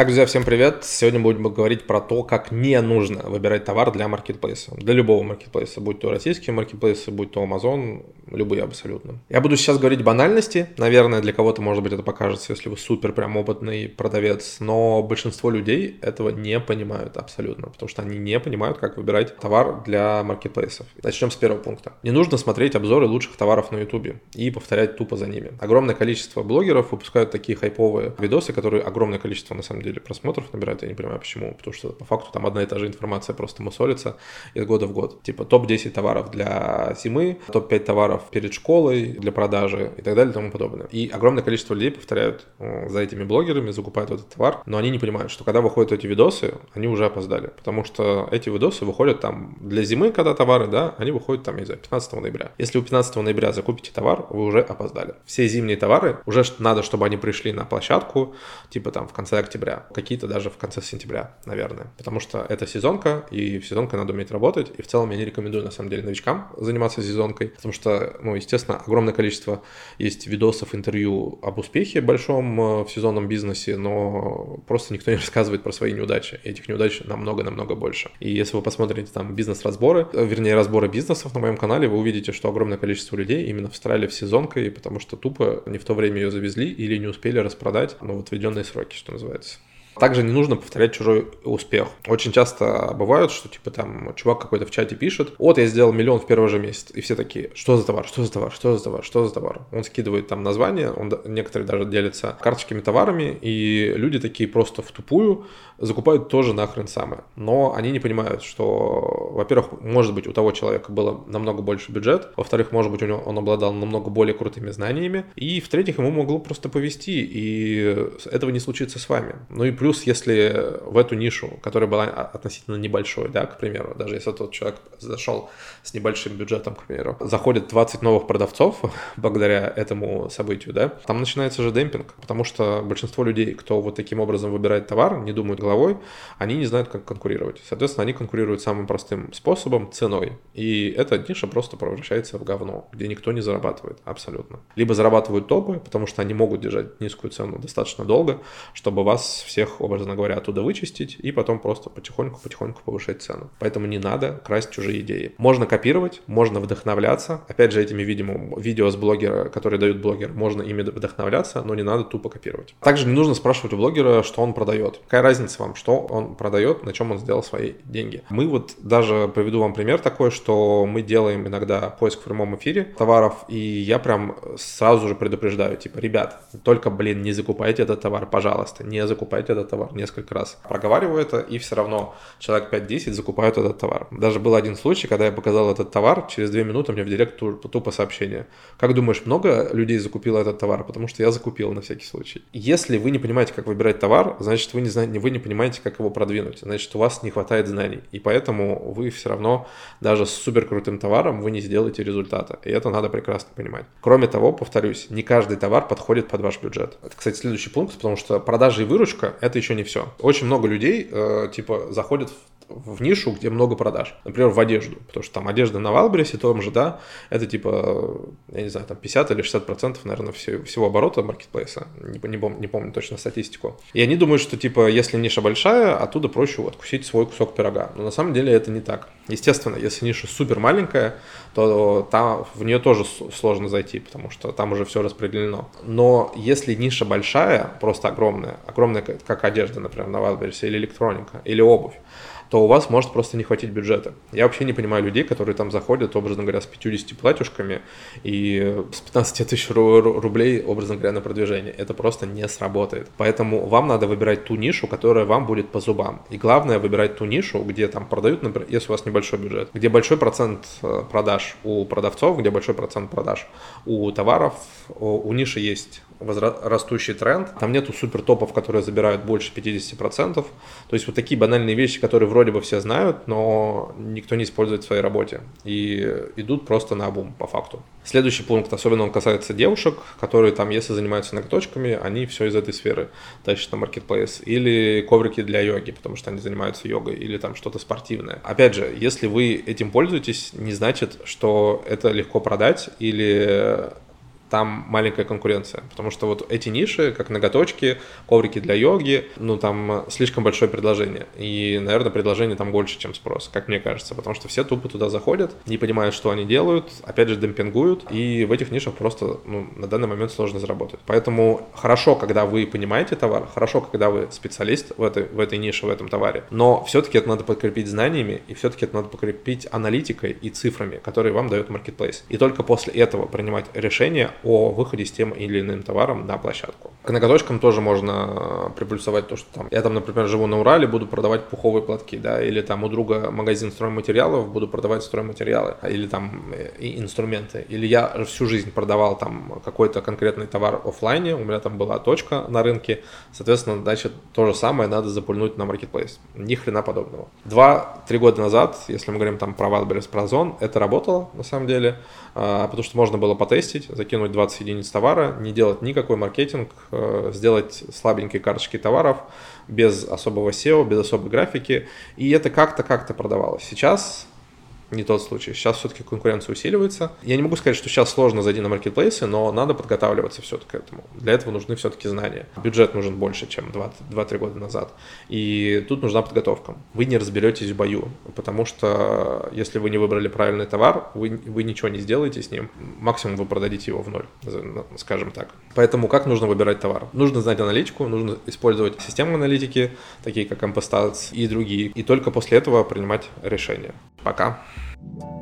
Так, друзья, всем привет! Сегодня будем говорить про то, как не нужно выбирать товар для маркетплейса. Для любого маркетплейса, будь то российские маркетплейсы, будь то Amazon, любые абсолютно. Я буду сейчас говорить банальности. Наверное, для кого-то, может быть, это покажется, если вы супер прям опытный продавец. Но большинство людей этого не понимают абсолютно, потому что они не понимают, как выбирать товар для маркетплейсов. Начнем с первого пункта. Не нужно смотреть обзоры лучших товаров на YouTube и повторять тупо за ними. Огромное количество блогеров выпускают такие хайповые видосы, которые огромное количество, на самом деле, просмотров набирают, я не понимаю почему, потому что по факту там одна и та же информация просто мусолится из года в год. Типа топ-10 товаров для зимы, топ-5 товаров перед школой для продажи и так далее и тому подобное. И огромное количество людей повторяют за этими блогерами, закупают этот товар, но они не понимают, что когда выходят эти видосы, они уже опоздали, потому что эти видосы выходят там для зимы, когда товары, да, они выходят там, не знаю, 15 ноября. Если вы 15 ноября закупите товар, вы уже опоздали. Все зимние товары, уже надо, чтобы они пришли на площадку, типа там в конце октября. Какие-то даже в конце сентября, наверное. Потому что это сезонка, и в сезонке надо уметь работать. И в целом я не рекомендую, на самом деле, новичкам заниматься сезонкой. Потому что, естественно, огромное количество есть видосов, интервью об успехе большом в сезонном бизнесе, но просто никто не рассказывает про свои неудачи. И этих неудач намного-намного больше. И если вы посмотрите там бизнес-разборы, вернее, разборы бизнесов на моем канале, вы увидите, что огромное количество людей именно встряли в сезонкой, потому что тупо не в то время ее завезли или не успели распродать, в отведенные сроки, что называется. Также не нужно повторять чужой успех. Очень часто бывает, что типа там чувак какой-то в чате пишет: вот я сделал 1 миллион в первый же месяц. И все такие: что за товар, что за товар, что за товар, что за товар. Он скидывает там название, некоторые даже делятся карточками товарами, и люди такие просто в тупую закупают тоже нахрен самое. Но они не понимают, что, во-первых, может быть, у того человека было намного больше бюджет, во-вторых, может быть, он обладал намного более крутыми знаниями, и в-третьих, ему могло просто повезти, и этого не случится с вами. Ну и плюс, если в эту нишу, которая была относительно небольшой, да, к примеру, даже если тот человек зашел с небольшим бюджетом, к примеру, заходит 20 новых продавцов благодаря этому событию, да, там начинается же демпинг, потому что большинство людей, кто вот таким образом выбирает товар, не думают головой, они не знают, как конкурировать. Соответственно, они конкурируют самым простым способом — ценой. И эта ниша просто превращается в говно, где никто не зарабатывает абсолютно. Либо зарабатывают топы, потому что они могут держать низкую цену достаточно долго, чтобы вас всех, образно говоря, оттуда вычистить и потом просто потихоньку повышать цену. Поэтому не надо красть чужие идеи. Можно копировать, можно вдохновляться. Опять же, этими видео с блогера, которые дают блогер, можно ими вдохновляться, но не надо тупо копировать. Также не нужно спрашивать у блогера, что он продает. Какая разница вам, что он продает, на чем он сделал свои деньги. Мы вот даже приведу вам пример такой, что мы делаем иногда поиск в прямом эфире товаров, и я прям сразу же предупреждаю, типа: ребят, только, не закупайте этот товар, пожалуйста, не закупайте этот товар. Несколько раз проговариваю это, и все равно человек 5-10 закупают этот товар. Даже был один случай, когда я показал этот товар, через 2 минуты мне в директ тупо сообщение: как думаешь, много людей закупило этот товар? Потому что я закупил на всякий случай. Если вы не понимаете, как выбирать товар, значит, вы не понимаете, как его продвинуть. Значит, у вас не хватает знаний. И поэтому вы все равно даже с супер крутым товаром вы не сделаете результата. И это надо прекрасно понимать. Кроме того, повторюсь, не каждый товар подходит под ваш бюджет. Это, кстати, следующий пункт, потому что продажи и выручка — это еще не все. Очень много людей заходят в нишу, где много продаж. Например, в одежду. Потому что там одежда на Вайлдберрисе, том же, да, это я не знаю, там 50 или 60%, наверное, всего оборота маркетплейса. Не помню точно статистику. И они думают, что, если ниша большая, оттуда проще откусить свой кусок пирога. Но на самом деле это не так. Естественно, если ниша супер маленькая, то там в нее тоже сложно зайти, потому что там уже все распределено. Но если ниша большая, просто огромная, как одежда, например, на Вайлдберрисе, или электроника, или обувь, то у вас может просто не хватить бюджета. Я вообще не понимаю людей, которые там заходят, образно говоря, с 50 платьюшками и с 15 тысяч рублей, образно говоря, на продвижение. Это просто не сработает. Поэтому вам надо выбирать ту нишу, которая вам будет по зубам. И главное, выбирать ту нишу, где там продают, например, если у вас небольшой бюджет, где большой процент продаж у продавцов, где большой процент продаж у товаров, у ниши есть растущий тренд. Там нету супер топов, которые забирают больше 50%. То есть вот такие банальные вещи, которые вроде бы все знают, но никто не использует в своей работе. И идут просто наобум, по факту. Следующий пункт, особенно он касается девушек, которые там, если занимаются ноготочками, они все из этой сферы тащат на маркетплейс. Или коврики для йоги, потому что они занимаются йогой, или там что-то спортивное. Опять же, если вы этим пользуетесь, не значит, что это легко продать или там маленькая конкуренция. Потому что вот эти ниши, как ноготочки, коврики для йоги, ну, там слишком большое предложение. И, наверное, предложение там больше, чем спрос, как мне кажется. Потому что все тупо туда заходят, не понимают, что они делают, опять же, демпингуют. И в этих нишах просто, ну, на данный момент сложно заработать. Поэтому хорошо, когда вы понимаете товар, хорошо, когда вы специалист в этой нише, в этом товаре. Но все-таки это надо подкрепить знаниями, и все-таки это надо подкрепить аналитикой и цифрами, которые вам дает Marketplace. И только после этого принимать решение о выходе с тем или иным товаром на площадку. К ноготочкам тоже можно приплюсовать то, что там я там, например, живу на Урале, буду продавать пуховые платки, да, или там у друга магазин стройматериалов, буду продавать стройматериалы, или там и инструменты. Или я всю жизнь продавал там какой-то конкретный товар офлайне, у меня там была точка на рынке, соответственно, дальше то же самое надо запульнуть на Marketplace. Ни хрена подобного. 2-3 года назад, если мы говорим там про Wildberries, про Озон, это работало на самом деле, потому что можно было потестить, закинуть 20 единиц товара, не делать никакой маркетинг, сделать слабенькие карточки товаров без особого SEO, без особой графики, и это как-то продавалось. Сейчас не тот случай. Сейчас все-таки конкуренция усиливается. Я не могу сказать, что сейчас сложно зайти на маркетплейсы, но надо подготавливаться все-таки к этому. Для этого нужны все-таки знания. Бюджет нужен больше, чем 2-3 года назад. И тут нужна подготовка. Вы не разберетесь в бою, потому что если вы не выбрали правильный товар, вы ничего не сделаете с ним. Максимум вы продадите его в ноль, скажем так. Поэтому как нужно выбирать товар? Нужно знать аналитику, нужно использовать системы аналитики, такие как M-Stats и другие. И только после этого принимать решения. Пока.